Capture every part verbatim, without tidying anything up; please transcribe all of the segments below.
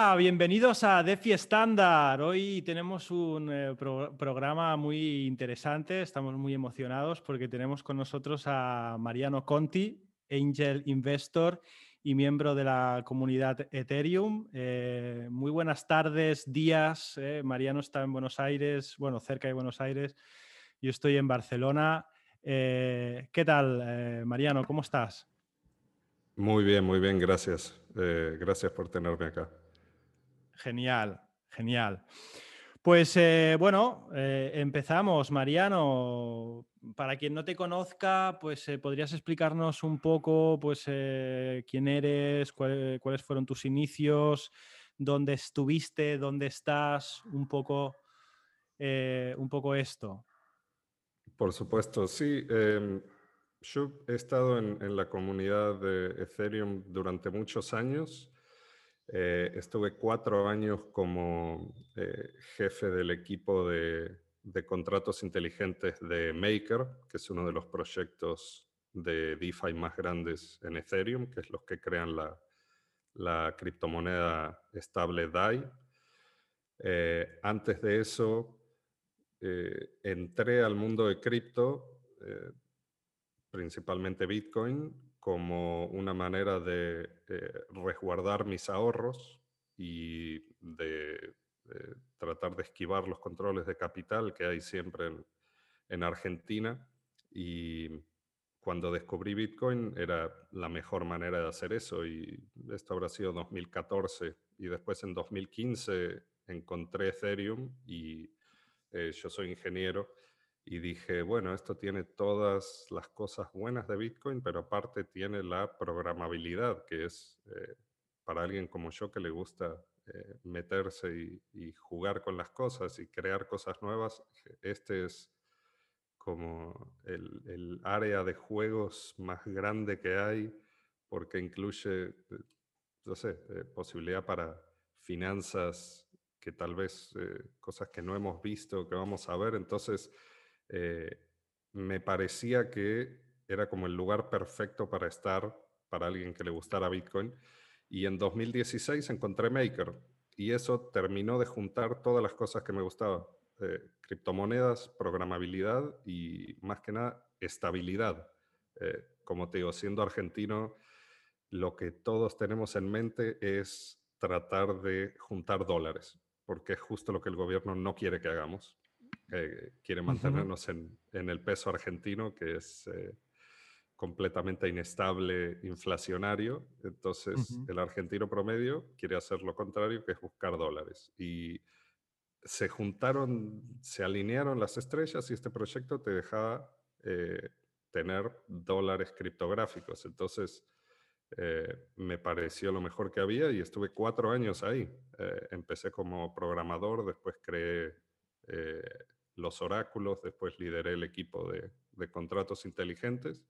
Hola, bienvenidos a DeFi Standard. Hoy tenemos un eh, pro- programa muy interesante. Estamos muy emocionados porque tenemos con nosotros a Mariano Conti, Angel Investor y miembro de la comunidad Ethereum. Eh, muy buenas tardes, días. eh. Mariano está en Buenos Aires, bueno, cerca de Buenos Aires. Yo estoy en Barcelona. Eh, ¿qué tal, eh, Mariano? ¿Cómo estás? Muy bien, muy bien, gracias. Eh, gracias por tenerme acá. Genial, genial. Pues eh, bueno, eh, empezamos, Mariano. Para quien no te conozca, pues eh, podrías explicarnos un poco, pues eh, quién eres, cuál- cuáles fueron tus inicios, dónde estuviste, dónde estás, un poco, eh, un poco esto. Por supuesto, sí. em, yo he estado en, en la comunidad de Ethereum durante muchos años. Eh, estuve cuatro años como eh, jefe del equipo de, de contratos inteligentes de Maker, que es uno de los proyectos de DeFi más grandes en Ethereum, que es los que crean la, la criptomoneda estable DAI. Eh, antes de eso, eh, entré al mundo de cripto, eh, principalmente Bitcoin, como una manera de eh, resguardar mis ahorros y de, de tratar de esquivar los controles de capital que hay siempre en, en Argentina. Y cuando descubrí Bitcoin era la mejor manera de hacer eso, y esto habrá sido dos mil catorce, y después en dos mil quince encontré Ethereum y eh, yo soy ingeniero y dije, bueno, esto tiene todas las cosas buenas de Bitcoin, pero aparte tiene la programabilidad, que es eh, para alguien como yo que le gusta eh, meterse y, y jugar con las cosas y crear cosas nuevas. Este es como el, el área de juegos más grande que hay, porque incluye, eh, no sé, eh, posibilidad para finanzas que tal vez, eh, cosas que no hemos visto, que vamos a ver. Entonces, eh, me parecía que era como el lugar perfecto para estar, para alguien que le gustara Bitcoin. Y en dos mil dieciséis encontré Maker, y eso terminó de juntar todas las cosas que me gustaban. Eh, criptomonedas, programabilidad y más que nada estabilidad. Eh, como te digo, siendo argentino, lo que todos tenemos en mente es tratar de juntar dólares, porque es justo lo que el gobierno no quiere que hagamos. Eh, quiere Ujú, mantenernos en, en el peso argentino, que es eh, completamente inestable, inflacionario. Entonces, ujú. el argentino promedio quiere hacer lo contrario, que es buscar dólares. Y se juntaron, se alinearon las estrellas, y este proyecto te dejaba eh, tener dólares criptográficos. Entonces, eh, me pareció lo mejor que había y estuve cuatro años ahí. Eh, empecé como programador, después creé eh, los oráculos, después lideré el equipo de, de contratos inteligentes.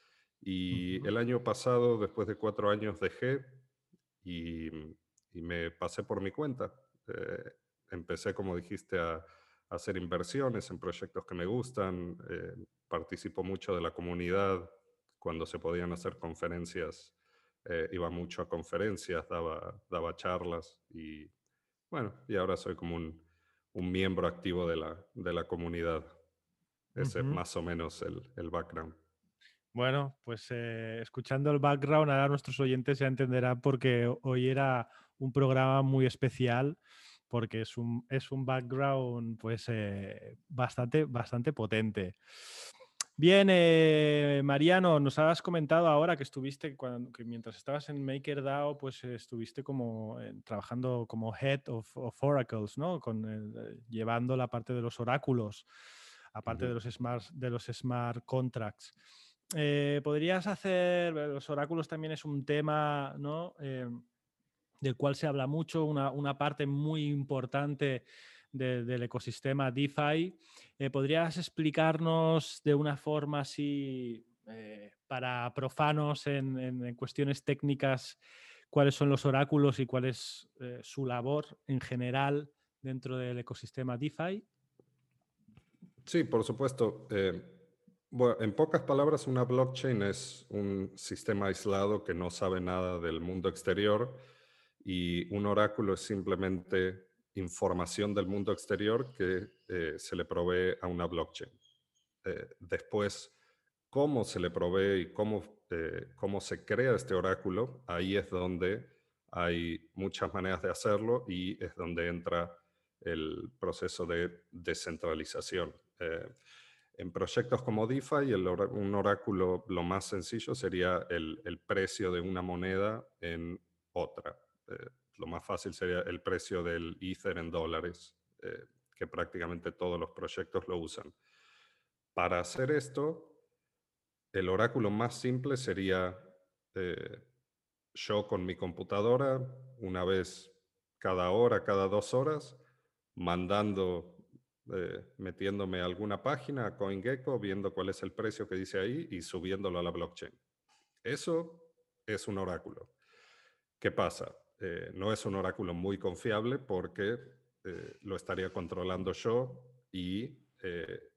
Y Ujú. el año pasado, después de cuatro años, dejé y, y me pasé por mi cuenta. Eh, Empecé, como dijiste, a, a hacer inversiones en proyectos que me gustan. Eh, participo mucho de la comunidad. Cuando se podían hacer conferencias, eh, iba mucho a conferencias, daba, daba charlas y bueno, y ahora soy como un, un miembro activo de la, de la comunidad. Ese es Ujú. más o menos el, el background. Bueno, pues eh, escuchando el background, ahora nuestros oyentes ya entenderán porque hoy era un programa muy especial, porque es un, es un background pues eh, bastante, bastante potente. Bien, eh, Mariano, nos has comentado ahora que estuviste, cuando, que mientras estabas en MakerDAO, pues eh, estuviste como eh, trabajando como Head of, of Oracles, ¿no? Con el, eh, llevando la parte de los oráculos, aparte Ujú. de los smart, de los smart contracts. Eh, podrías hacer, los oráculos también es un tema, ¿no? Eh, del cual se habla mucho, una, una parte muy importante de, del ecosistema DeFi. Eh, ¿Podrías explicarnos de una forma así, eh, para profanos en, en, en, cuestiones técnicas, cuáles son los oráculos y cuál es eh, su labor en general dentro del ecosistema DeFi? Sí, por supuesto. Eh, bueno, en pocas palabras, una blockchain es un sistema aislado que no sabe nada del mundo exterior y un oráculo es simplemente información del mundo exterior que eh, se le provee a una blockchain. Eh, después, cómo se le provee y cómo, eh, cómo se crea este oráculo, ahí es donde hay muchas maneras de hacerlo y es donde entra el proceso de descentralización. Eh, en proyectos como DeFi, el ora- un oráculo lo más sencillo sería el, el precio de una moneda en otra. Eh, lo más fácil sería el precio del Ether en dólares, eh, que prácticamente todos los proyectos lo usan. Para hacer esto, el oráculo más simple sería eh, yo con mi computadora, una vez cada hora, cada dos horas, mandando, eh, metiéndome a alguna página, a CoinGecko, viendo cuál es el precio que dice ahí y subiéndolo a la blockchain. Eso es un oráculo. ¿Qué pasa? Eh, no es un oráculo muy confiable porque eh, lo estaría controlando yo y eh,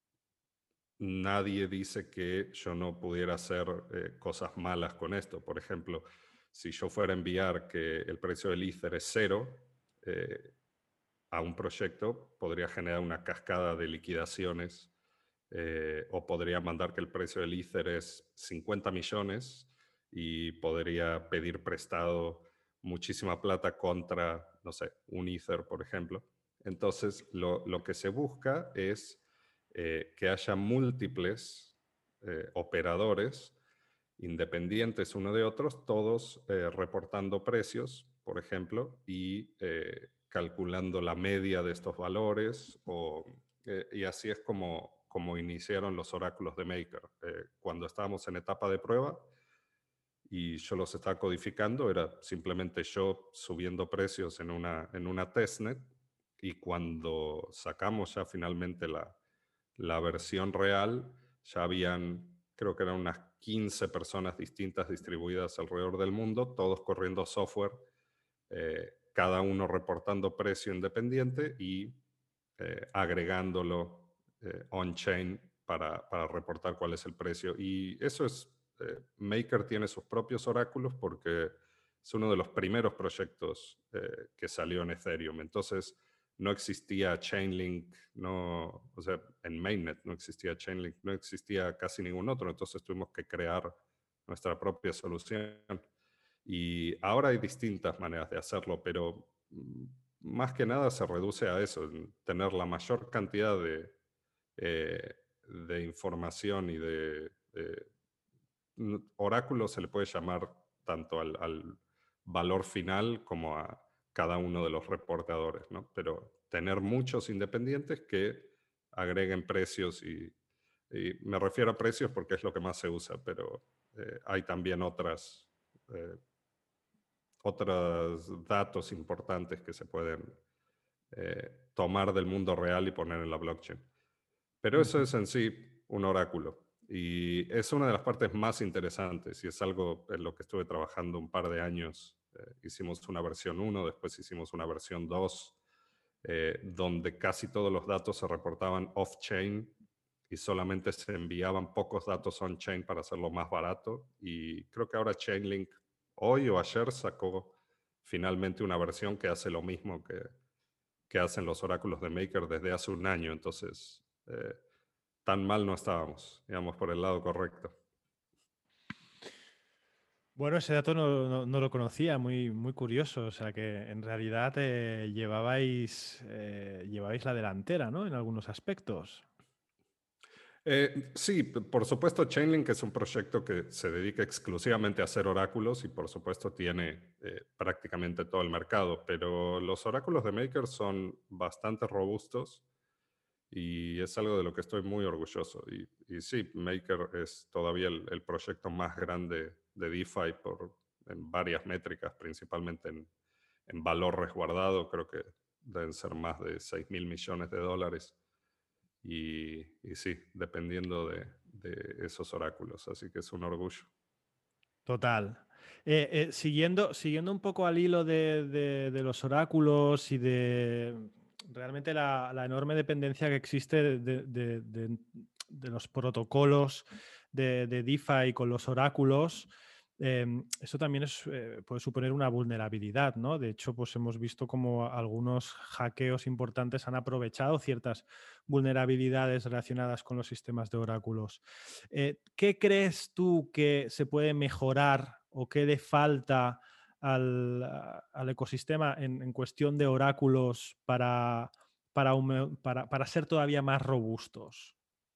nadie dice que yo no pudiera hacer eh, cosas malas con esto. Por ejemplo, si yo fuera a enviar que el precio del Ether es cero eh, a un proyecto, podría generar una cascada de liquidaciones eh, o podría mandar que el precio del Ether es cincuenta millones y podría pedir prestado muchísima plata contra, no sé, un Ether, por ejemplo. Entonces, lo, lo que se busca es eh, que haya múltiples eh, operadores independientes uno de otros, todos eh, reportando precios, por ejemplo, y eh, calculando la media de estos valores, o, eh, y así es como, como iniciaron los oráculos de Maker. Eh, cuando estábamos en etapa de prueba y yo los estaba codificando, era simplemente yo subiendo precios en una, en una testnet, y cuando sacamos ya finalmente la, la versión real, ya habían, creo que eran unas quince personas distintas distribuidas alrededor del mundo, todos corriendo software, eh, cada uno reportando precio independiente y eh, agregándolo eh, on-chain para, para reportar cuál es el precio. Y eso es, eh, Maker tiene sus propios oráculos porque es uno de los primeros proyectos eh, que salió en Ethereum. Entonces, no existía Chainlink, no, o sea, en Mainnet no existía Chainlink, no existía casi ningún otro, entonces tuvimos que crear nuestra propia solución. Y ahora hay distintas maneras de hacerlo, pero mm, más que nada se reduce a eso, en tener la mayor cantidad de, eh, de información y de, de oráculo se le puede llamar tanto al, al valor final como a cada uno de los reportadores, ¿no? Pero tener muchos independientes que agreguen precios y, y me refiero a precios porque es lo que más se usa, pero eh, hay también otras, eh, otros datos importantes que se pueden eh, tomar del mundo real y poner en la blockchain. Pero eso Ujú. es en sí un oráculo y es una de las partes más interesantes y es algo en lo que estuve trabajando un par de años. Eh, hicimos una versión uno, después hicimos una versión dos, eh, donde casi todos los datos se reportaban off-chain y solamente se enviaban pocos datos on-chain para hacerlo más barato. Y creo que ahora Chainlink hoy o ayer sacó finalmente una versión que hace lo mismo que, que hacen los oráculos de Maker desde hace un año. Entonces, eh, tan mal no estábamos, digamos, por el lado correcto. Bueno, ese dato no, no- no lo conocía, muy, muy curioso. O sea que en realidad eh, llevabais, eh, llevabais la delantera, ¿no? En algunos aspectos. Eh, sí, p- por supuesto, Chainlink es un proyecto que se dedica exclusivamente a hacer oráculos y por supuesto tiene eh, prácticamente todo el mercado, pero los oráculos de Maker son bastante robustos y es algo de lo que estoy muy orgulloso. Y, y sí, Maker es todavía el, el proyecto más grande de DeFi por, en varias métricas, principalmente en, en valor resguardado, creo que deben ser más de seis mil millones de dólares. Y, y sí, dependiendo de, de esos oráculos. Así que es un orgullo. Total. Eh, eh, siguiendo, siguiendo un poco al hilo de, de- de los oráculos y de realmente la, la enorme dependencia que existe de, de- de- de- de los protocolos de, de DeFi con los oráculos, eh, eso también es, eh, puede suponer una vulnerabilidad, ¿no? De hecho, pues hemos visto como algunos hackeos importantes han aprovechado ciertas vulnerabilidades relacionadas con los sistemas de oráculos. Eh, ¿qué crees tú que se puede mejorar o qué le falta al, al ecosistema en, en cuestión de oráculos para, para, para, para ser todavía más robustos?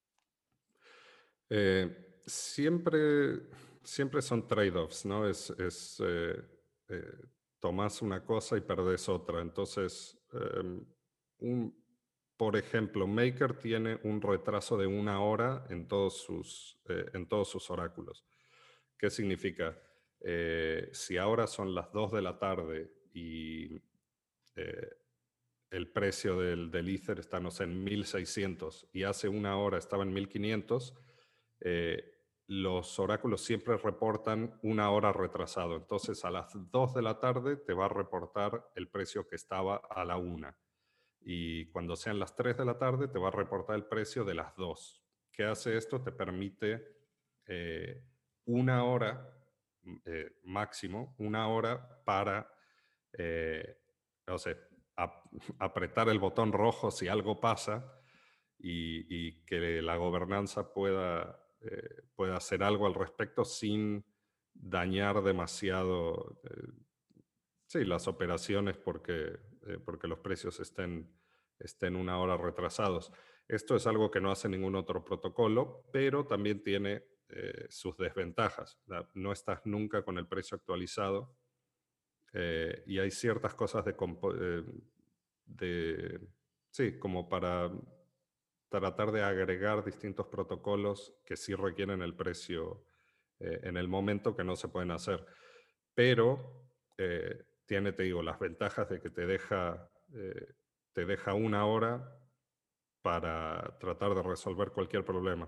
Eh, siempre, siempre son trade-offs, ¿no? Es, es eh, eh, tomás una cosa y perdés otra. Entonces, eh, un, por ejemplo, Maker tiene un retraso de una hora en todos sus, eh, en todos sus oráculos. ¿Qué significa? Eh, si ahora son las dos de la tarde y eh, el precio del, del Ether está, no sé, en mil seiscientos y hace una hora estaba en mil quinientos, eh, los oráculos siempre reportan una hora retrasado. Entonces a las dos de la tarde te va a reportar el precio que estaba a la una. Y cuando sean las tres de la tarde te va a reportar el precio de las dos. ¿Qué hace esto? Te permite eh, una hora eh, máximo, una hora para, eh, no sé, ap apretar el botón rojo si algo pasa y, y que la gobernanza pueda, eh, pueda hacer algo al respecto sin dañar demasiado eh, sí, las operaciones porque, eh, porque los precios estén, estén una hora retrasados. Esto es algo que no hace ningún otro protocolo, pero también tiene eh, sus desventajas. La- No estás nunca con el precio actualizado eh, y hay ciertas cosas de, compo- eh, de, sí, como para tratar de agregar distintos protocolos que sí requieren el precio eh, en el momento que no se pueden hacer. Pero eh, tiene, te digo, las ventajas de que te deja, eh, te deja una hora para tratar de resolver cualquier problema.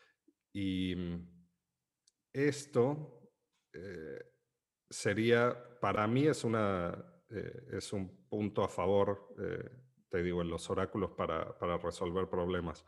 Y mm, esto eh, sería, para mí es, una, eh, es un punto a favor, eh, te digo, en los oráculos para, para resolver problemas.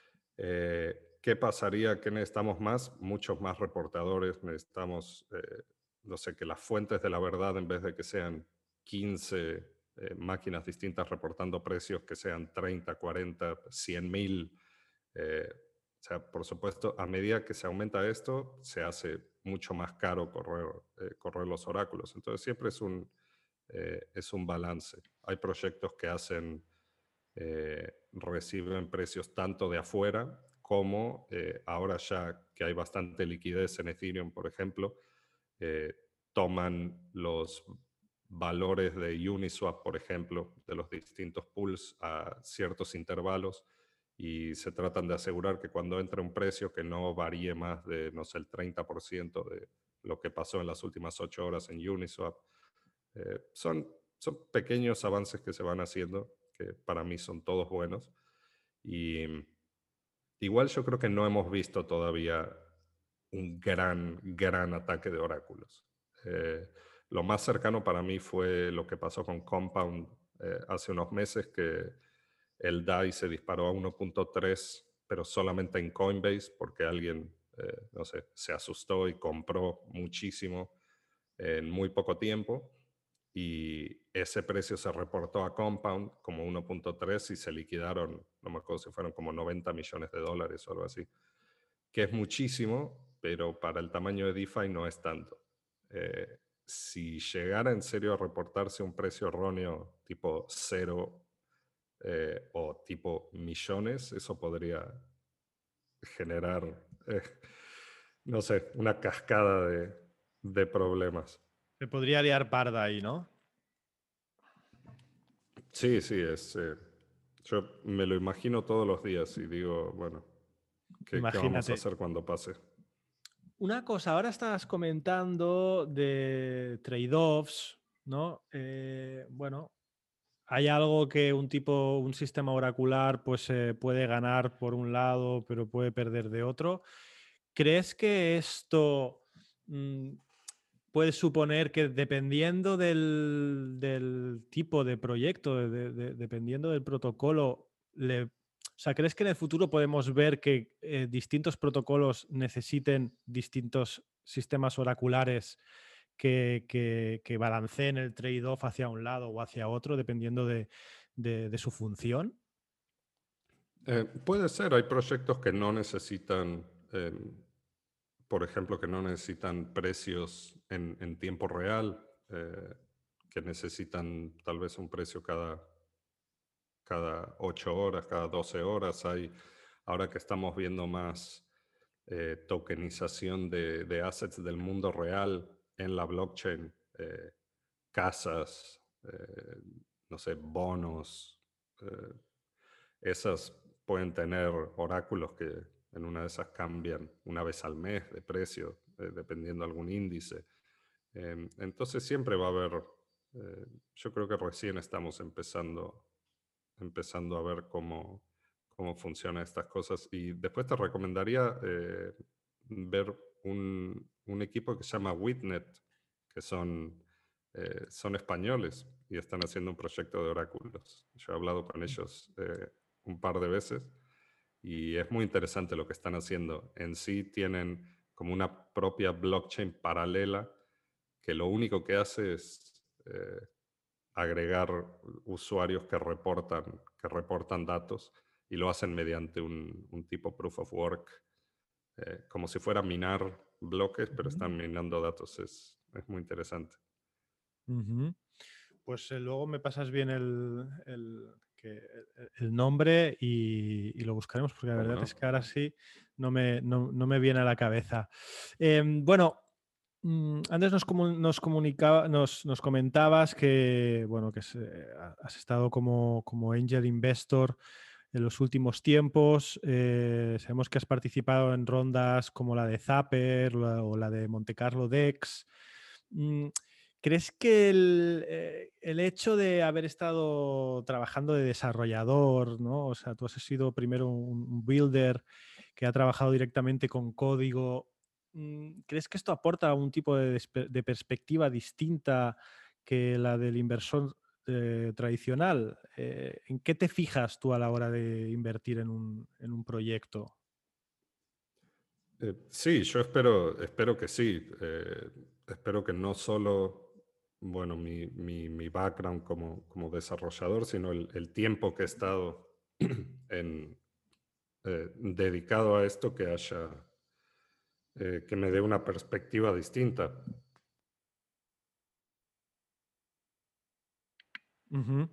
Eh, ¿Qué pasaría? ¿Qué necesitamos más? Muchos más reportadores. Necesitamos, eh, no sé, que las fuentes de la verdad, en vez de que sean quince eh, máquinas distintas reportando precios, que sean treinta, cuarenta, cien mil. Eh, o sea, por supuesto, a medida que se aumenta esto, se hace mucho más caro correr, eh, correr los oráculos. Entonces, siempre es un, eh, es un balance. Hay proyectos que hacen, eh, reciben precios tanto de afuera como eh, ahora ya que hay bastante liquidez en Ethereum, por ejemplo, eh, toman los valores de Uniswap, por ejemplo, de los distintos pools a ciertos intervalos y se tratan de asegurar que cuando entre un precio que no varíe más de, no sé, el treinta por ciento de lo que pasó en las últimas ocho horas en Uniswap. Eh, son, son pequeños avances que se van haciendo, que para mí son todos buenos. Y mm, igual yo creo que no hemos visto todavía un gran, gran ataque de oráculos. Eh, lo más cercano para mí fue lo que pasó con Compound eh, hace unos meses, que el D A I se disparó a uno punto tres, pero solamente en Coinbase, porque alguien, eh, no sé, se asustó y compró muchísimo en muy poco tiempo. Y ese precio se reportó a Compound como uno punto tres y se liquidaron, no me acuerdo si fueron como noventa millones de dólares o algo así, que es muchísimo, pero para el tamaño de DeFi no es tanto. Eh, si llegara en serio a reportarse un precio erróneo tipo cero eh, o tipo millones, eso podría generar, eh, no sé, una cascada de, de problemas. Se podría liar parda ahí, ¿no? Sí, sí, es, eh, yo me lo imagino todos los días y digo, bueno, ¿qué, qué vamos a Imagínate. hacer cuando pase? Una cosa, ahora estás comentando de trade-offs, ¿no? Eh, bueno, hay algo que un tipo, un sistema oracular, pues eh, puede ganar por un lado, pero puede perder de otro. ¿Crees que esto mm, puede suponer que dependiendo del, del tipo de proyecto, de- de- de- dependiendo del protocolo, le, o sea, ¿crees que en el futuro podemos ver que eh, distintos protocolos necesiten distintos sistemas oraculares que, que, que balanceen el trade-off hacia un lado o hacia otro, dependiendo de, de, de su función? Eh, puede ser, hay proyectos que no necesitan, eh, por ejemplo, que no necesitan precios en, en tiempo real, eh, que necesitan tal vez un precio cada, cada ocho horas, cada doce horas. Hay, ahora que estamos viendo más eh, tokenización de, de assets del mundo real en la blockchain, eh, casas, eh, no sé, bonos, eh, esas pueden tener oráculos que en una de esas cambian una vez al mes de precio, eh, dependiendo de algún índice. Eh, entonces siempre va a haber, eh, yo creo que recién estamos empezando, empezando a ver cómo, cómo funcionan estas cosas. Y después te recomendaría eh, ver un, un equipo que se llama Witnet, que son, eh, son españoles y están haciendo un proyecto de oráculos. Yo he hablado con ellos eh, un par de veces y es muy interesante lo que están haciendo. En sí tienen como una propia blockchain paralela que lo único que hace es eh, agregar usuarios que reportan, que reportan datos y lo hacen mediante un, un tipo proof of work, eh, como si fuera minar bloques, pero están minando datos. Es, es muy interesante. Uh-huh. Pues eh, luego me pasas bien el, el, que, el, el nombre y, y lo buscaremos, porque la ¿Cómo verdad no? es que ahora sí no me, no, no me viene a la cabeza. Eh, bueno, mm, antes nos, comu- nos, comunicaba, nos, nos comentabas que, bueno, que se- has estado como, como angel investor en los últimos tiempos. Eh, sabemos que has participado en rondas como la de Zapper la- o la de Monte Carlo Dex. Mm, ¿Crees que el, eh, el hecho de haber estado trabajando de desarrollador, ¿no? O sea, tú has sido primero un, un builder que ha trabajado directamente con código. mm, ¿Crees que esto aporta un tipo de, despe- de perspectiva distinta que la del inversor eh, tradicional? Eh, ¿en qué te fijas tú a la hora de invertir en un, en un proyecto? Eh, sí, yo espero, espero que sí. Eh, espero que no solo, bueno, mi, mi, mi background como, como desarrollador, sino el, el tiempo que he estado en, eh, dedicado a esto, que haya, eh, que me dé una perspectiva distinta. Ujú.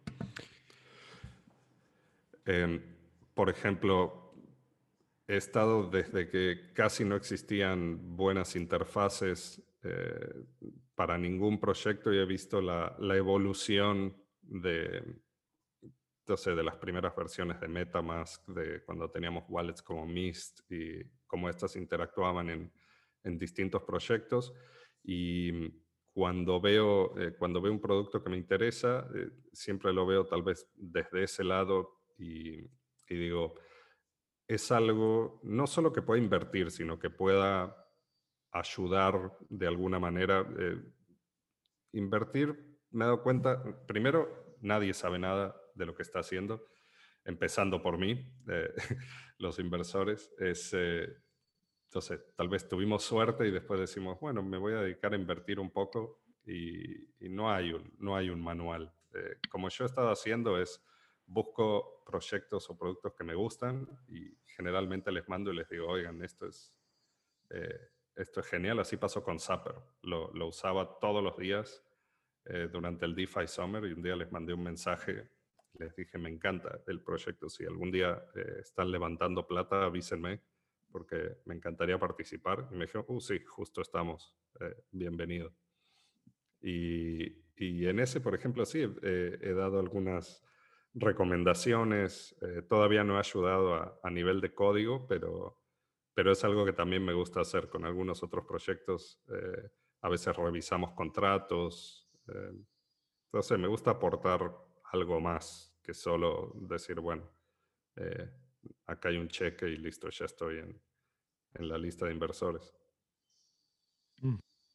Em, por ejemplo, he estado desde que casi no existían buenas interfaces eh, para ningún proyecto y he visto la, la evolución de, entonces, de las primeras versiones de MetaMask, de cuando teníamos wallets como Mist y cómo estas interactuaban en, en distintos proyectos. Y cuando veo, eh, cuando veo un producto que me interesa, eh, siempre lo veo tal vez desde ese lado y, y digo, es algo no solo que pueda invertir, sino que pueda ayudar de alguna manera. Eh, invertir, me he dado cuenta, primero, nadie sabe nada de lo que está haciendo, empezando por mí, eh, los inversores. Es, eh, entonces, tal vez tuvimos suerte y después decimos, bueno, me voy a dedicar a invertir un poco y, y no, hay un, no hay un manual. Eh, como yo he estado haciendo es, busco proyectos o productos que me gustan y generalmente les mando y les digo, oigan, esto es, eh, esto es genial. Así pasó con Zapper. Lo, lo usaba todos los días eh, durante el DeFi Summer y un día les mandé un mensaje. Les dije, me encanta el proyecto. Si algún día eh, están levantando plata, avísenme porque me encantaría participar. Y me dijeron, uh, sí, justo estamos. Eh, bienvenido. Y, y en ese, por ejemplo, sí, eh, he dado algunas recomendaciones. Eh, todavía no he ayudado a, a nivel de código, pero, pero es algo que también me gusta hacer con algunos otros proyectos. Eh, a veces revisamos contratos. Eh, entonces me gusta aportar algo más que solo decir, bueno, eh, acá hay un cheque y listo, ya estoy en, en la lista de inversores. Mm.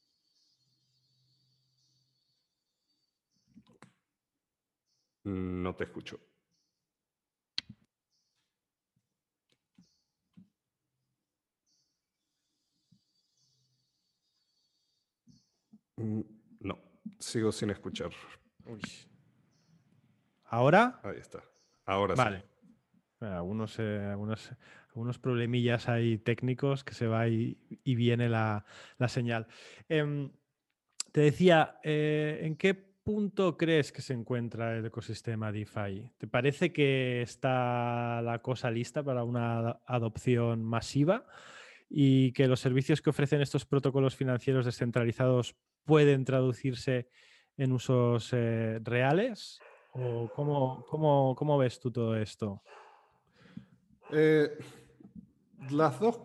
No te escucho. Mm, No, sigo sin escuchar. Uy. ¿Ahora? Ahí está. Ahora sí. Vale. Bueno, Algunos, eh, algunos, algunos problemillas ahí técnicos que se va y, y viene la, la señal. Em, te decía, eh, ¿en qué punto crees que se encuentra el ecosistema DeFi? ¿Te parece que está la cosa lista para una adopción masiva y que los servicios que ofrecen estos protocolos financieros descentralizados pueden traducirse en usos eh, reales? ¿O cómo, cómo, cómo ves tú todo esto? Eh, las dos,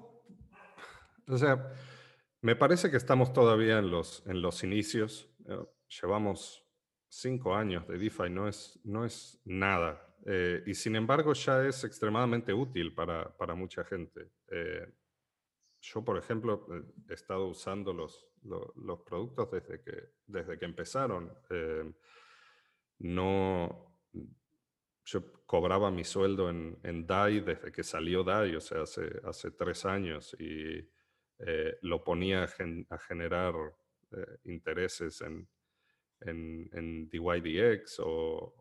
o sea, me parece que estamos todavía en los, en los inicios. Eh, llevamos cinco años de DeFi, no es, no es nada. Eh, y sin embargo ya es extremadamente útil para, para mucha gente. Eh, yo, por ejemplo, eh, he estado usando los, lo- los productos desde que, desde que empezaron. Eh, no, yo cobraba mi sueldo en, en D A I desde que salió D A I, o sea, hace, hace tres años, y eh, lo ponía a, gen- a generar eh, intereses en, en, en D Y D X o,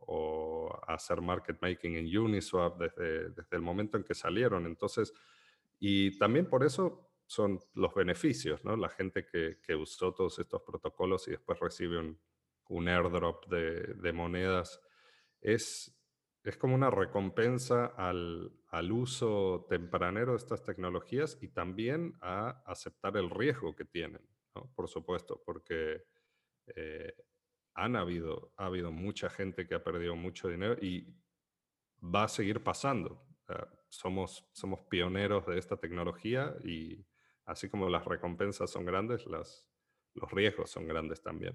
o a hacer market making en Uniswap desde, desde el momento en que salieron. Entonces, y también por eso son los beneficios, ¿no? La gente que, que usó todos estos protocolos y después recibe un, un airdrop de, de monedas, es, es como una recompensa al, al uso tempranero de estas tecnologías y también a aceptar el riesgo que tienen, ¿no? Por supuesto, porque eh, han habido, ha habido mucha gente que ha perdido mucho dinero y va a seguir pasando. Uh, somos, somos pioneros de esta tecnología y así como las recompensas son grandes, las, los riesgos son grandes también.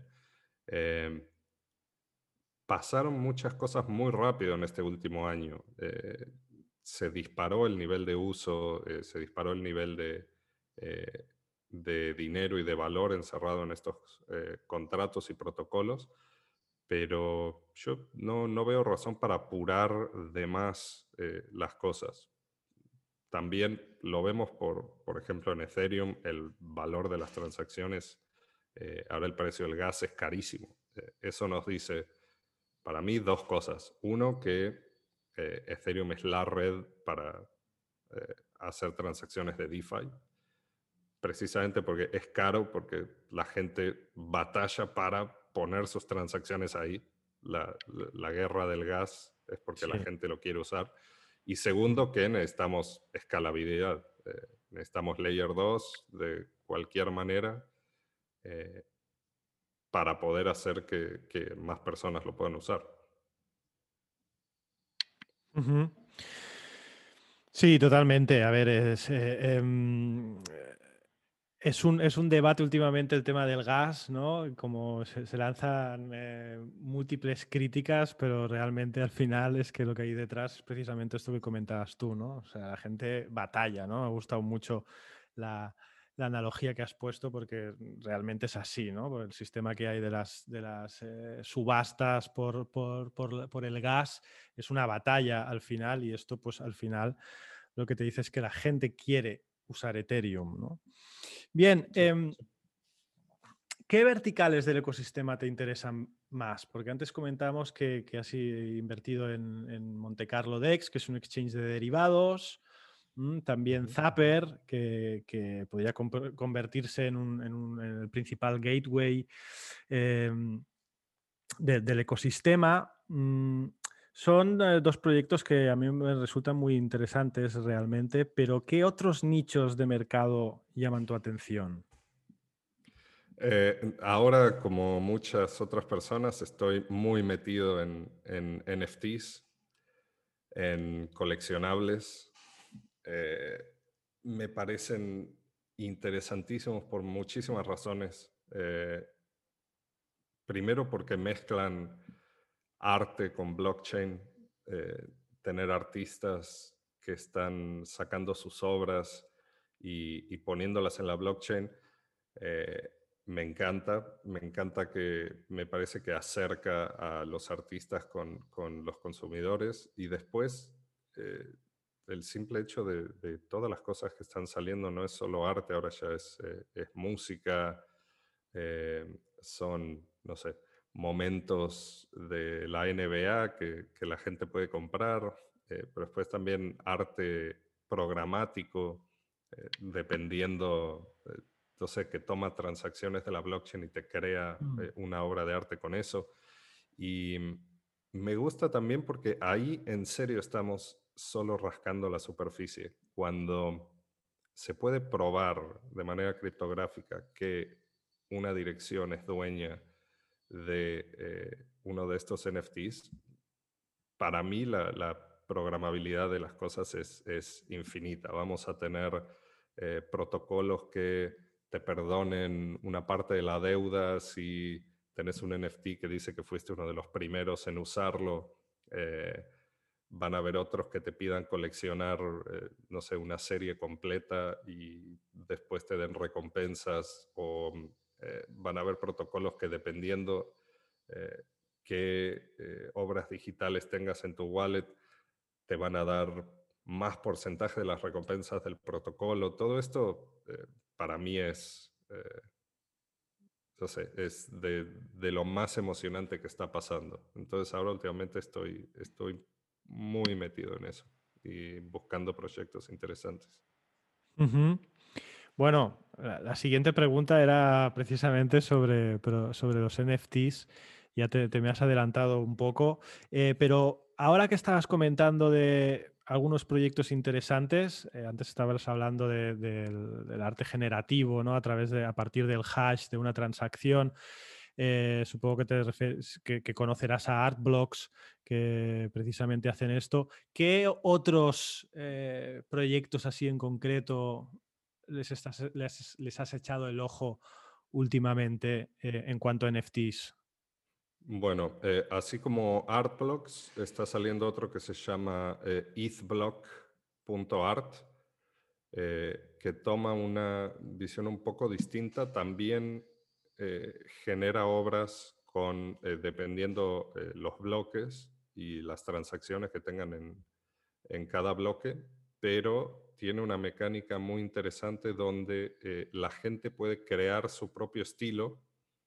Eh, pasaron muchas cosas muy rápido en este último año. Eh, se disparó el nivel de uso, eh, se disparó el nivel de, eh, de dinero y de valor encerrado en estos eh, contratos y protocolos, pero yo no, no veo razón para apurar de más eh, las cosas. También lo vemos, por, por ejemplo, en Ethereum, el valor de las transacciones, eh, ahora el precio del gas es carísimo. Eh, eso nos dice, para mí, dos cosas. Uno, que eh, Ethereum es la red para eh, hacer transacciones de DeFi, precisamente porque es caro, porque la gente batalla para poner sus transacciones ahí. La, la, la guerra del gas es porque la Sí. gente lo quiere usar. Y segundo, que necesitamos escalabilidad. Eh, necesitamos layer dos de cualquier manera eh, para poder hacer que, que más personas lo puedan usar. Ujú. Sí, totalmente. A ver, es, eh, em, es un, es un debate últimamente el tema del gas, ¿no? Como se, se lanzan eh, múltiples críticas, pero realmente al final es que lo que hay detrás es precisamente esto que comentabas tú, ¿no? O sea, la gente batalla, ¿no? Me ha gustado mucho la, la analogía que has puesto porque realmente es así, ¿no? Por el sistema que hay de las, de las eh, subastas por, por, por, por el gas es una batalla al final y esto pues al final lo que te dice es que la gente quiere usar Ethereum, ¿no? Bien, Sí. eh, ¿qué verticales del ecosistema te interesan más? Porque antes comentábamos que, que has invertido en, en Monte Carlo Dex, que es un exchange de derivados. Mm, también Ujú. Zapper, que, que podría convertirse en, un, en, un, en, el principal gateway eh, de, del ecosistema. Mm, son eh, dos proyectos que a mí me resultan muy interesantes realmente, pero ¿qué otros nichos de mercado llaman tu atención? Eh, ahora, como muchas otras personas, estoy muy metido en, en N F Ts, en coleccionables. Eh, me parecen interesantísimos por muchísimas razones. Eh, primero porque mezclan arte con blockchain, eh, tener artistas que están sacando sus obras y, y poniéndolas en la blockchain. Eh, me encanta, me encanta que me parece que acerca a los artistas con, con los consumidores y después eh, el simple hecho de, de, todas las cosas que están saliendo no es solo arte, ahora ya es, eh, es música, eh, son, no sé, momentos de la N B A que, que la gente puede comprar, eh, pero después también arte programático, eh, dependiendo, eh, no sé, que toma transacciones de la blockchain y te crea Mm. eh, una obra de arte con eso. Y me gusta también porque ahí en serio estamos solo rascando la superficie. Cuando se puede probar de manera criptográfica que una dirección es dueña de eh, uno de estos N F Ts, para mí la, la programabilidad de las cosas es, es infinita. Vamos a tener eh, protocolos que te perdonen una parte de la deuda si tenés un N F T que dice que fuiste uno de los primeros en usarlo. Eh, van a haber otros que te pidan coleccionar, eh, no sé, una serie completa y después te den recompensas, o eh, van a haber protocolos que dependiendo eh, qué eh, obras digitales tengas en tu wallet, te van a dar más porcentaje de las recompensas del protocolo. Todo esto eh, para mí es, eh, no sé, es de, de lo más emocionante que está pasando. Entonces ahora últimamente estoy, estoy muy metido en eso y buscando proyectos interesantes. Ujú. Bueno, la, la siguiente pregunta era precisamente sobre, pero sobre los N F Ts. Ya te, te me has adelantado un poco, eh, pero ahora que estabas comentando de algunos proyectos interesantes, eh, antes estabas hablando de- del, del arte generativo, ¿no? A través de, a partir del hash de una transacción. Eh, supongo que te refieres, que, que conocerás a Artblocks, que precisamente hacen esto. ¿Qué otros eh, proyectos así en concreto les, estás, les, les has echado el ojo últimamente eh, en cuanto a N F Ts? Bueno, eh, así como Artblocks, está saliendo otro que se llama eh, ethblock punto art, eh, que toma una visión un poco distinta. También eh, genera obras con, eh, dependiendo eh, los bloques y las transacciones que tengan en, en cada bloque, pero tiene una mecánica muy interesante donde eh, la gente puede crear su propio estilo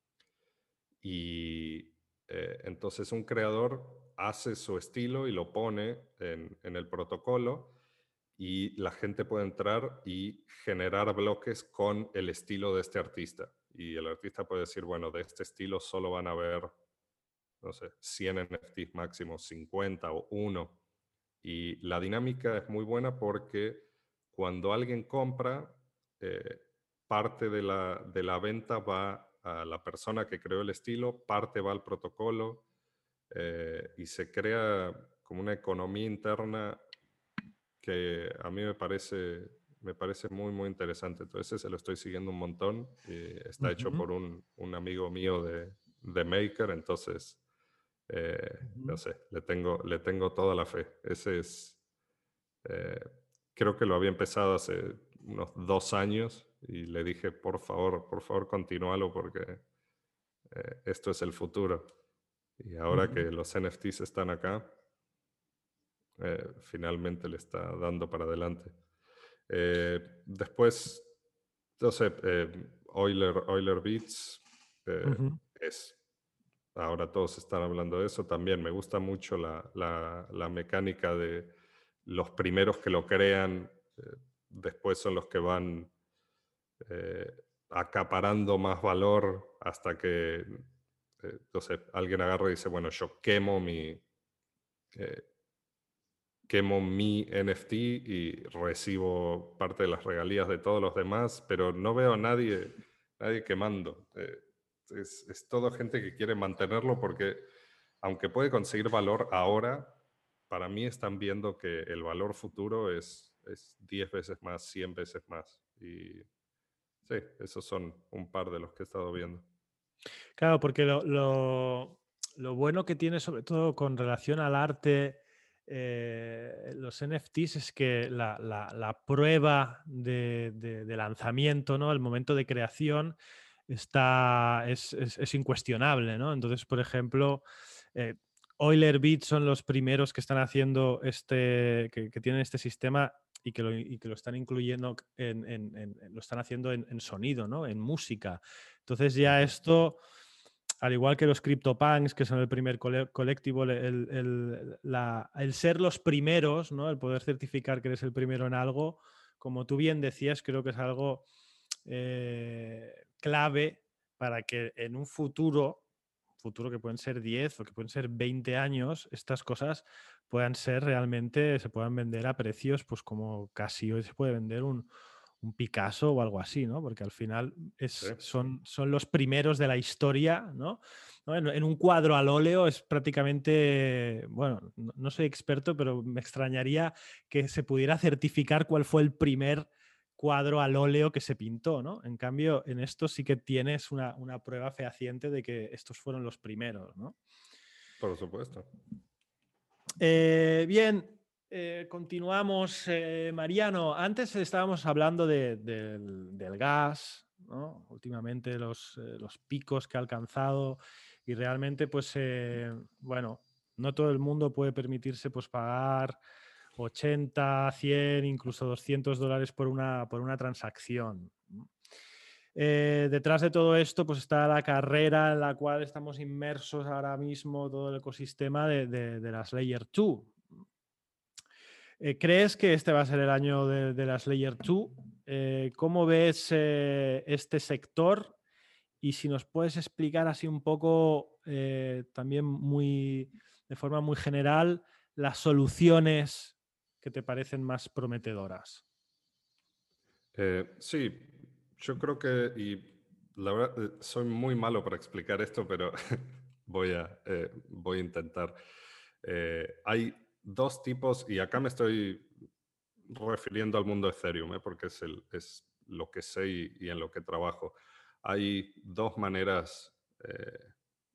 y eh, entonces un creador hace su estilo y lo pone en, en el protocolo y la gente puede entrar y generar bloques con el estilo de este artista. Y el artista puede decir, bueno, de este estilo solo van a haber, no sé, cien N F Ts máximo, cincuenta o uno. Y la dinámica es muy buena porque cuando alguien compra, eh, parte de la, de la venta va a la persona que creó el estilo, parte va al protocolo, eh, y se crea como una economía interna que a mí me parece, me parece muy, muy interesante. Entonces se lo estoy siguiendo un montón y está hecho Ujú, por un, un amigo mío de, de Maker, entonces, eh, no ujú. sé, le tengo, le tengo toda la fe. Ese es, eh, creo que lo había empezado hace unos dos años y le dije, por favor, por favor, continúalo porque eh, esto es el futuro. Y ahora Ujú. que los N F Ts están acá, eh, finalmente le está dando para adelante. Eh, después, no sé, eh, Euler, Euler Beats eh, Ujú. es, ahora todos están hablando de eso. También me gusta mucho la, la, la mecánica de los primeros que lo crean, eh, después son los que van eh, acaparando más valor hasta que, eh, no sé, alguien agarra y dice, bueno, yo quemo mi, eh, quemo mi N F T y recibo parte de las regalías de todos los demás, pero no veo a nadie, nadie quemando. Eh, es, es todo gente que quiere mantenerlo porque, aunque puede conseguir valor ahora, para mí están viendo que el valor futuro es, es diez veces más, cien veces más. Y sí, esos son un par de los que he estado viendo. Claro, porque lo, lo- lo bueno que tiene, sobre todo con relación al arte, eh, los N F Ts es que la, la- la prueba de, de- de lanzamiento, ¿no? El momento de creación está, es, es- es incuestionable, ¿no? Entonces, por ejemplo, eh, Euler Beat son los primeros que están haciendo este, que, que tienen este sistema y que lo, y que lo están incluyendo en, en- en- lo están haciendo en, en sonido, ¿no? En música. Entonces ya Ujú. esto al igual que los CryptoPunks, que son el primer cole colectivo, el, el, la, el ser los primeros, ¿no? El poder certificar que eres el primero en algo, como tú bien decías, creo que es algo eh, clave para que en un futuro, futuro que pueden ser diez o que pueden ser veinte años, estas cosas puedan ser realmente, se puedan vender a precios, pues como casi hoy se puede vender un, un Picasso o algo así, ¿no? Porque al final Sí, es, son, son los primeros de la historia, ¿no? ¿No? En, en, un cuadro al óleo es prácticamente, bueno, no, no soy experto, pero me extrañaría que se pudiera certificar cuál fue el primer cuadro al óleo que se pintó, ¿no? En cambio, en esto sí que tienes una, una prueba fehaciente de que estos fueron los primeros, ¿no? por supuesto. Eh, bien, eh, continuamos. Eh, Mariano, antes estábamos hablando de, de, del gas, ¿no? Últimamente los, eh, los picos que ha alcanzado y realmente, pues, eh, bueno, no todo el mundo puede permitirse pues, pagar ochenta, cien, incluso doscientos dólares por una, por una transacción. Eh, detrás de todo esto pues está la carrera en la cual estamos inmersos ahora mismo, todo el ecosistema de, de, de las Layer dos. Eh, ¿Crees que este va a ser el año de, de las Layer dos? Eh, ¿Cómo ves eh, este sector? Y si nos puedes explicar así un poco, eh, también muy, de forma muy general, las soluciones que te parecen más prometedoras. Eh, sí, yo creo que, y la verdad, eh, soy muy malo para explicar esto, pero voy a, eh, voy a intentar. Eh, hay dos tipos, y acá me estoy refiriendo al mundo Ethereum, ¿eh? Porque es, el, es lo que sé y, y en lo que trabajo. Hay dos maneras eh,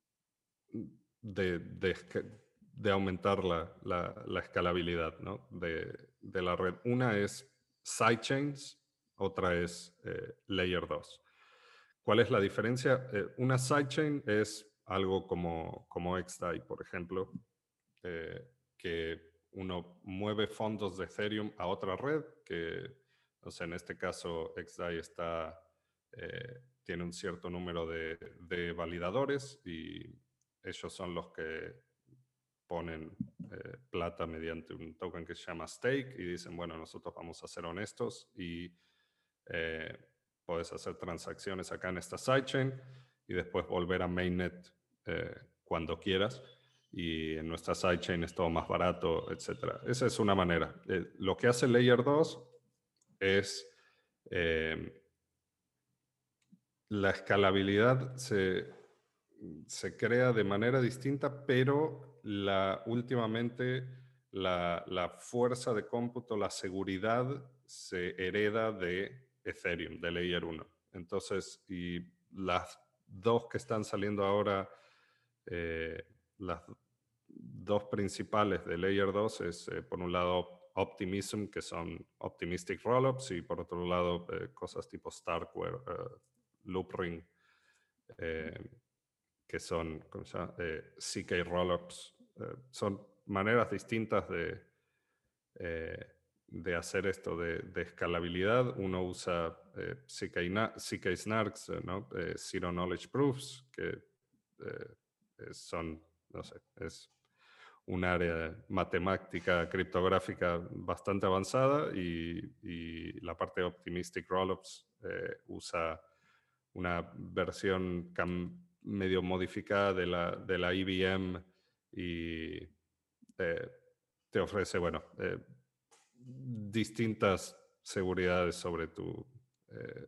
de, de, de, aumentar la, la, la escalabilidad, ¿no? de, de, la red. Una es sidechains, otra es eh, layer dos. ¿Cuál es la diferencia? Eh, una sidechain es algo como, como X D A I, por ejemplo, eh, que uno mueve fondos de Ethereum a otra red, que, o sea, en este caso X D A I está, eh, tiene un cierto número de, de validadores y ellos son los que ponen eh, plata mediante un token que se llama stake y dicen, bueno, nosotros vamos a ser honestos y eh, puedes hacer transacciones acá en esta sidechain y después volver a mainnet eh, cuando quieras. Y en nuestra sidechain es todo más barato, etcétera. Esa es una manera. Eh, lo que hace Layer dos es eh, la escalabilidad se, se crea de manera distinta, pero la, últimamente la, la fuerza de cómputo, la seguridad se hereda de Ethereum, de Layer uno. Entonces, y las dos que están saliendo ahora, eh, las dos principales de Layer dos es, eh, por un lado, Optimism, que son Optimistic Rollups, y por otro lado, eh, cosas tipo Starkware, uh, Loopring, eh, que son ¿cómo se llama? Eh, C K Rollups. Eh, son maneras distintas de, eh, de hacer esto de, de, escalabilidad. Uno usa eh, C K, C K Snarks, eh, ¿no? eh, Zero Knowledge Proofs, que eh, son, no sé, es un área matemática criptográfica bastante avanzada y, y la parte de Optimistic Rollups eh, usa una versión medio modificada de la, de la E V M y eh, te ofrece, bueno, eh, distintas seguridades sobre tu, eh,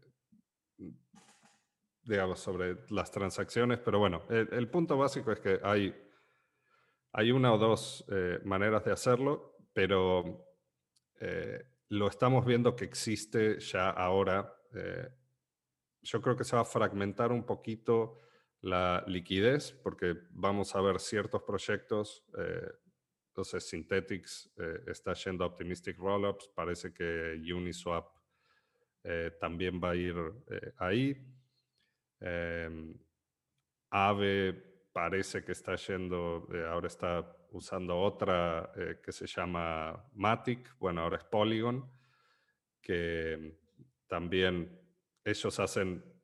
digamos, sobre las transacciones, pero bueno, el, el punto básico es que hay, hay una o dos eh, maneras de hacerlo, pero eh, lo estamos viendo que existe ya ahora. Eh, yo creo que se va a fragmentar un poquito la liquidez porque vamos a ver ciertos proyectos. Eh, entonces, Synthetix eh, está yendo a Optimistic Rollups. Parece que Uniswap eh, también va a ir eh, ahí. Eh, Aave parece que está yendo, eh, ahora está usando otra eh, que se llama Matic. Bueno, ahora es Polygon, que también ellos hacen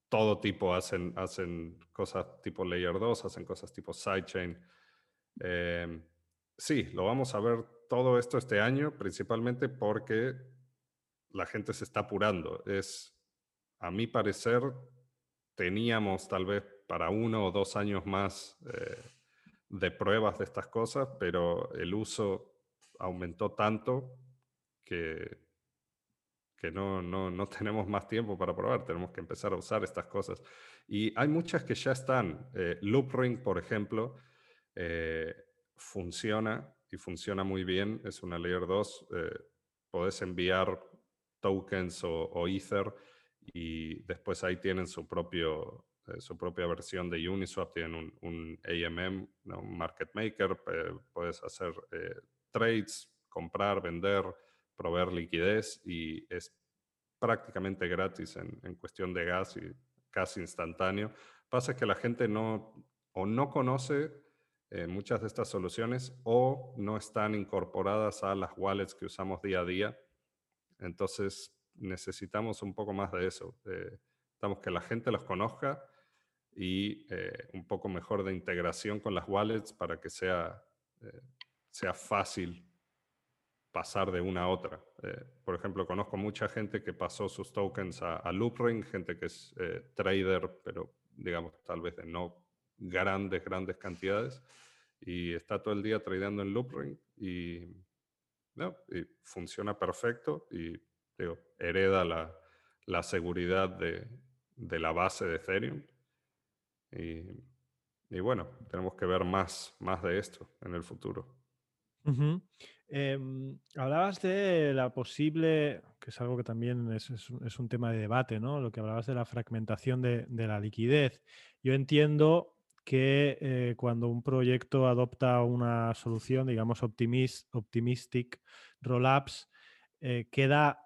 todo tipo hacen, hacen cosas tipo Layer dos, hacen cosas tipo Sidechain. Eh, sí, lo vamos a ver todo esto este año, principalmente porque la gente se está apurando. Es, a mi parecer, teníamos tal vez para uno o dos años más eh, de pruebas de estas cosas, pero el uso aumentó tanto que, que no, no, no tenemos más tiempo para probar, tenemos que empezar a usar estas cosas. Y hay muchas que ya están. Eh, Loopring, por ejemplo, eh, funciona y funciona muy bien. Es una Layer dos. Eh, podés enviar tokens o, o Ether y después ahí tienen su, propio, eh, su propia versión de Uniswap. Tienen un, un A M M, ¿no? Un market maker. Eh, puedes hacer eh, trades, comprar, vender, proveer liquidez y es prácticamente gratis en, en cuestión de gas y casi instantáneo. Pasa que la gente no o no conoce eh, muchas de estas soluciones o no están incorporadas a las wallets que usamos día a día. Entonces necesitamos un poco más de eso. Eh, necesitamos que la gente los conozca y eh, un poco mejor de integración con las wallets para que sea, eh, sea fácil pasar de una a otra. Eh, por ejemplo, conozco mucha gente que pasó sus tokens a, a Loopring, gente que es eh, trader, pero digamos tal vez de no grandes, grandes cantidades, y está todo el día tradeando en Loopring y, no, y funciona perfecto y digo, hereda la, la seguridad de, de la base de Ethereum. Y, y bueno, tenemos que ver más, más de esto en el futuro. Uh-huh. Eh, hablabas de la posible, que es algo que también es, es, es un tema de debate, ¿no? Lo que hablabas de la fragmentación de, de la liquidez. Yo entiendo que eh, cuando un proyecto adopta una solución, digamos, optimist, optimistic rollups, eh, queda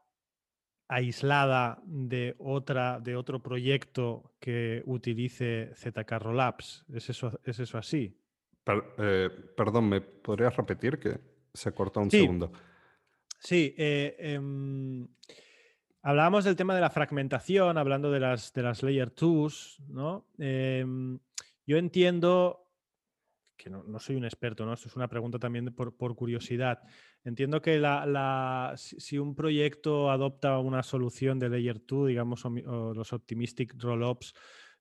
aislada de, otra, de otro proyecto que utilice Z K Rollups. ¿Es eso, es eso así? Per, eh, perdón, ¿me podrías repetir que se cortó un Sí, segundo? sí. Eh, eh, hablábamos del tema de la fragmentación, hablando de las, de las Layer dos, ¿no? Eh, yo entiendo que no, no, soy un experto, ¿no? Esto es una pregunta también por, por curiosidad. Entiendo que la, la, si, si un proyecto adopta una solución de Layer dos, digamos, o, o los Optimistic Rollups,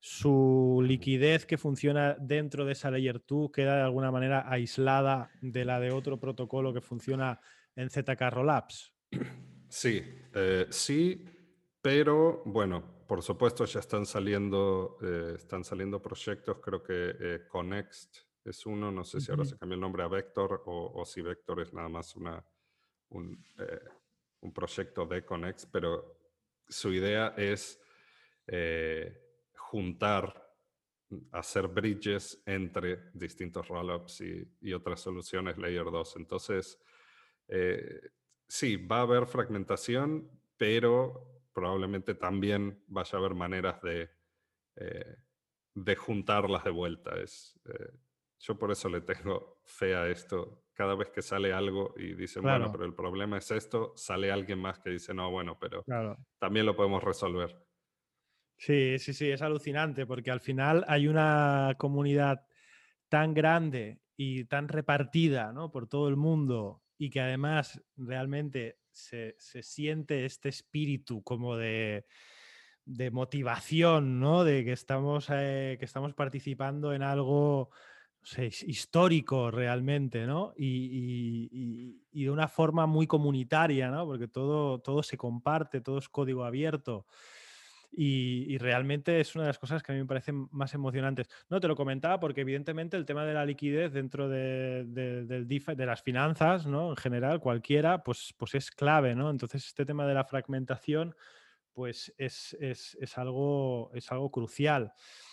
su liquidez que funciona dentro de esa Layer dos queda de alguna manera aislada de la de otro protocolo que funciona en Z K Rollups. Sí, eh, sí, pero bueno, por supuesto ya están saliendo, eh, están saliendo proyectos, creo que eh, Connext es uno, no sé si ahora Uh-huh. se cambió el nombre a Vector o, o si Vector es nada más una, un, eh, un proyecto de Connext, pero su idea es eh, juntar, hacer bridges entre distintos rollups y, y otras soluciones Layer dos. Entonces, eh, sí, va a haber fragmentación, pero probablemente también vaya a haber maneras de, eh, de juntarlas de vuelta. Es, eh, yo por eso le tengo fe a esto. Cada vez que sale algo y dicen, bueno, Claro, pero el problema es esto, sale alguien más que dice, no, bueno, pero claro. también lo podemos resolver. Sí, sí, sí, es alucinante porque al final hay una comunidad tan grande y tan repartida, ¿no? Por todo el mundo y que además realmente se, se siente este espíritu como de, de motivación, ¿no? De que estamos, eh, que estamos participando en algo, no sé, histórico realmente, ¿no? Y, y- y- y de una forma muy comunitaria, ¿no? Porque todo, todo se comparte, todo es código abierto. Y, y realmente es una de las cosas que a mí me parecen más emocionantes. No, te lo comentaba porque evidentemente el tema de la liquidez dentro de, de, del DeFi, de las finanzas, ¿no? En general, cualquiera, pues, pues es clave, ¿no? Entonces este tema de la fragmentación pues es, es, es, algo, es algo crucial.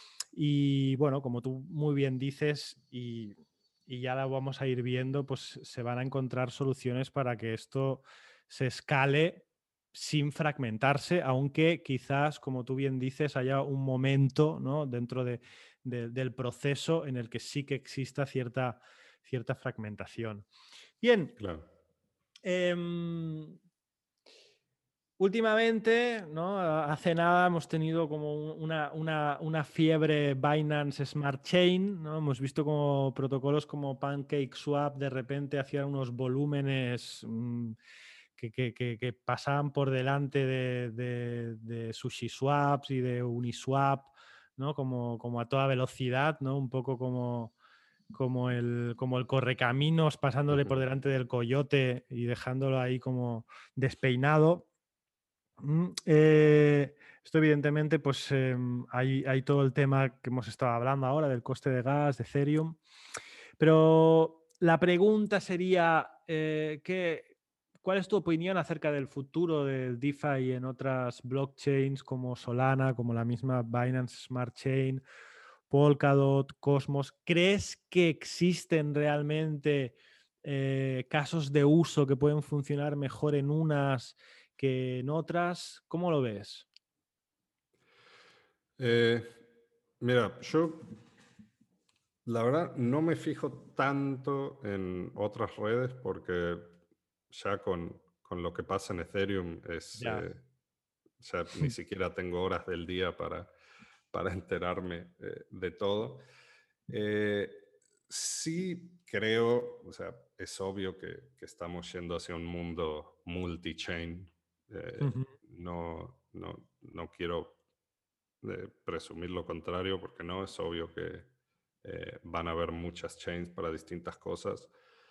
Y bueno, como tú muy bien dices, y, y ya la vamos a ir viendo, pues se van a encontrar soluciones para que esto se escale sin fragmentarse, aunque quizás, como tú bien dices, haya un momento, ¿no? Dentro de, de, del proceso en el que sí que exista cierta, cierta fragmentación. Bien. Claro. Eh, últimamente, ¿no? Hace nada hemos tenido como una, una, una fiebre Binance Smart Chain, ¿no? Hemos visto como protocolos como PancakeSwap de repente hacían unos volúmenes mmm, que, que, que, que, pasaban por delante de, de, de SushiSwaps y de Uniswap, ¿no? Como, como a toda velocidad, ¿no? Un poco como, como, el, como el correcaminos pasándole por Ujú. delante del coyote y dejándolo ahí como despeinado. Mm, eh, esto evidentemente, pues eh, hay, hay todo el tema que hemos estado hablando ahora del coste de gas, de Ethereum, pero la pregunta sería, eh, ¿qué, ¿cuál es tu opinión acerca del futuro del DeFi en otras blockchains como Solana, como la misma Binance Smart Chain, Polkadot, Cosmos? ¿Crees que existen realmente eh, casos de uso que pueden funcionar mejor en unas que en otras? ¿Cómo lo ves? Eh, mira, yo la verdad no me fijo tanto en otras redes porque ya con, con lo que pasa en Ethereum es, Ya. eh, ya ni siquiera tengo horas del día para, para enterarme eh, de todo. Eh, sí creo, o sea, es obvio que, que estamos yendo hacia un mundo multi-chain. Eh, Ujú, no, no, no quiero eh, presumir lo contrario porque no, es obvio que eh, van a haber muchas chains para distintas cosas.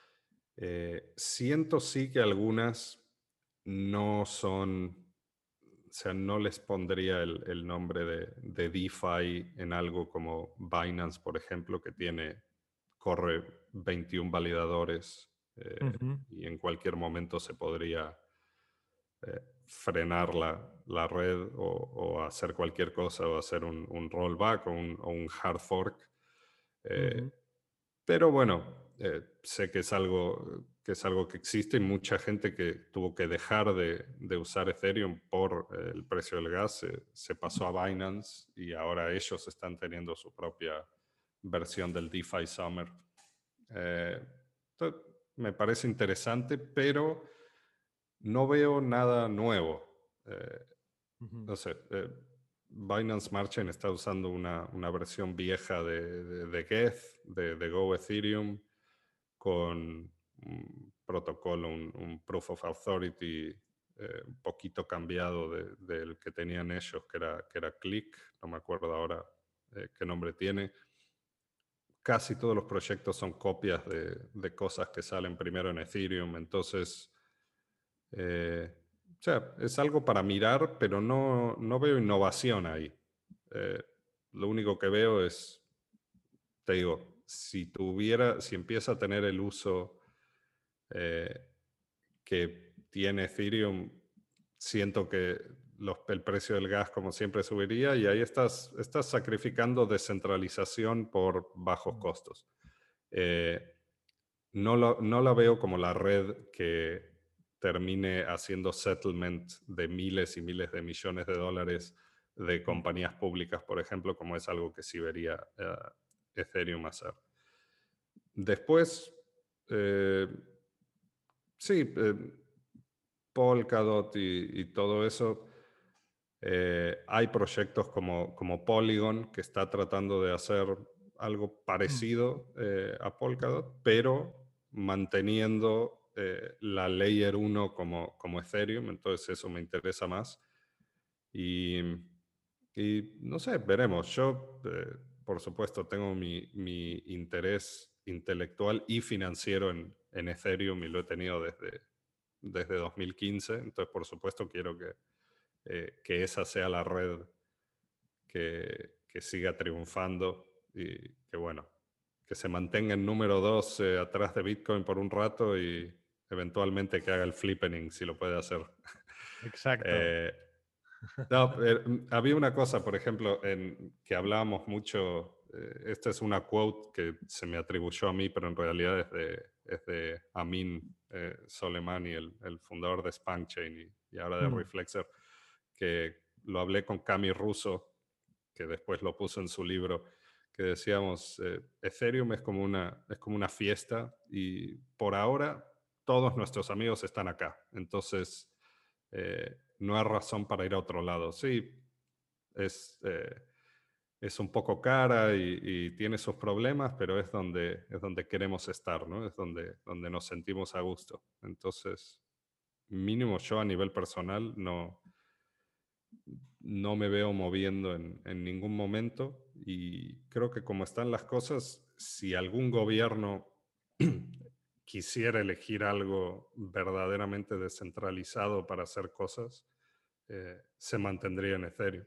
Eh, siento sí que algunas no son, o sea, no les pondría el, el nombre de, de DeFi en algo como Binance, por ejemplo, que tiene, corre veintiún validadores eh, ujú, y en cualquier momento se podría eh, frenar la, la red o, o hacer cualquier cosa o hacer un, un rollback o un, o un hard fork. Eh, ujú, pero bueno, eh, sé que es, algo, que es algo que existe y mucha gente que tuvo que dejar de, de usar Ethereum por eh, el precio del gas se, se pasó a Binance y ahora ellos están teniendo su propia versión del DeFi Summer. Eh, entonces, me parece interesante, pero no veo nada nuevo. Eh, ujú, no sé, eh, Binance Smart Chain está usando una, una versión vieja de, de, de Geth, de, de Go Ethereum, con un protocolo, un, un Proof of Authority eh, un poquito cambiado de- del que tenían ellos, que era, que era Click, no me acuerdo ahora eh, qué nombre tiene. Casi todos los proyectos son copias de, de cosas que salen primero en Ethereum, entonces eh, o sea, es algo para mirar, pero no, no veo innovación ahí. Eh, lo único que veo es, te digo, si tuviera, si empieza a tener el uso eh, que tiene Ethereum, siento que los, el precio del gas, como siempre, subiría y ahí estás, estás sacrificando descentralización por bajos ujú, costos. Eh, no, lo- no la veo como la red que termine haciendo settlement de miles y miles de millones de dólares de ujú. compañías públicas, por ejemplo, como es algo que sí vería eh, Ethereum hacer. Después, eh, sí, eh, Polkadot y, y todo eso. Eh, hay proyectos como, como Polygon que está tratando de hacer algo Mm, parecido eh, a Polkadot, pero manteniendo eh, la Layer uno como, como Ethereum, entonces eso me interesa más. Y, y no sé, veremos. Yo, eh, por supuesto, tengo mi, mi interés intelectual y financiero en, en Ethereum y lo he tenido desde, desde dos mil quince, entonces por supuesto quiero que eh, que esa sea la red que, que siga triunfando y que bueno, que se mantenga en número dos eh, atrás de Bitcoin por un rato y eventualmente que haga el flippening si lo puede hacer. exacto. Eh, no, eh, había una cosa, por ejemplo, en, que hablábamos mucho, eh, esta es una quote que se me atribuyó a mí, pero en realidad es de, es de Amin eh, Soleimani, el, el fundador de Spankchain y, y ahora de Mm, Reflexer, que lo hablé con Cami Russo, que después lo puso en su libro, que decíamos, eh, Ethereum es como, una, es como una fiesta y por ahora todos nuestros amigos están acá. Entonces, eh, no hay razón para ir a otro lado. Sí, es, eh, es un poco cara y, y tiene sus problemas, pero es donde, es donde queremos estar, ¿no? Es donde, donde nos sentimos a gusto. Entonces, mínimo yo a nivel personal no, no me veo moviendo en, en ningún momento, y creo que como están las cosas, si algún gobierno quisiera elegir algo verdaderamente descentralizado para hacer cosas, eh, se mantendría en Ethereum.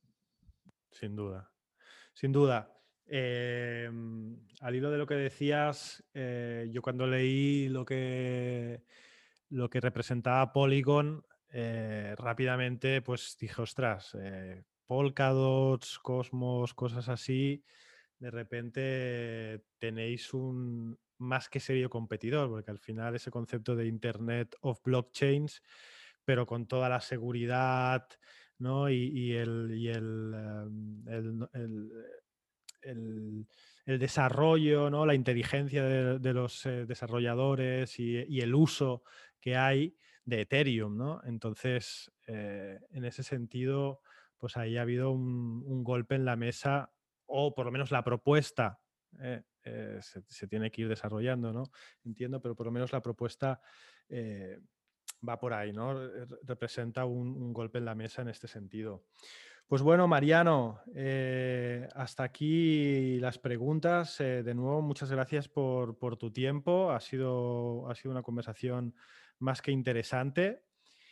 Sin duda, sin duda. Eh, al hilo de lo que decías, eh, yo cuando leí lo que, lo que representaba Polygon, eh, rápidamente pues dije, ostras, eh, Polkadots, Cosmos, cosas así, de repente tenéis un más que serio competidor, porque al final ese concepto de Internet of Blockchains, pero con toda la seguridad, ¿no? Y, y el, y el, um, el, el, el, el desarrollo, ¿no? La inteligencia de, de los eh, desarrolladores y, y el uso que hay de Ethereum, ¿no? Entonces, eh, en ese sentido, pues ahí ha habido un, un golpe en la mesa, o por lo menos la propuesta eh, eh, se, se tiene que ir desarrollando, ¿no? Entiendo, pero por lo menos la propuesta eh, va por ahí, ¿no? Re- Representa un, un golpe en la mesa en este sentido. Pues bueno, Mariano, eh, hasta aquí las preguntas. Eh, de nuevo, muchas gracias por, por tu tiempo. Ha sido, ha sido una conversación más que interesante.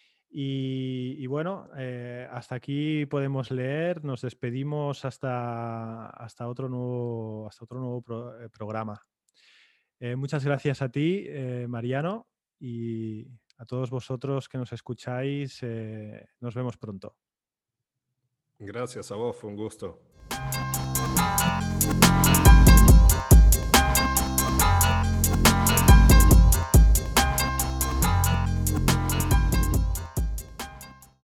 Y, y bueno, eh, hasta aquí podemos leer. Nos despedimos hasta, hasta otro nuevo, hasta otro nuevo pro- eh, programa. Eh, muchas gracias a ti, eh, Mariano, y a todos vosotros que nos escucháis. Eh, nos vemos pronto. Gracias a vos, fue un gusto.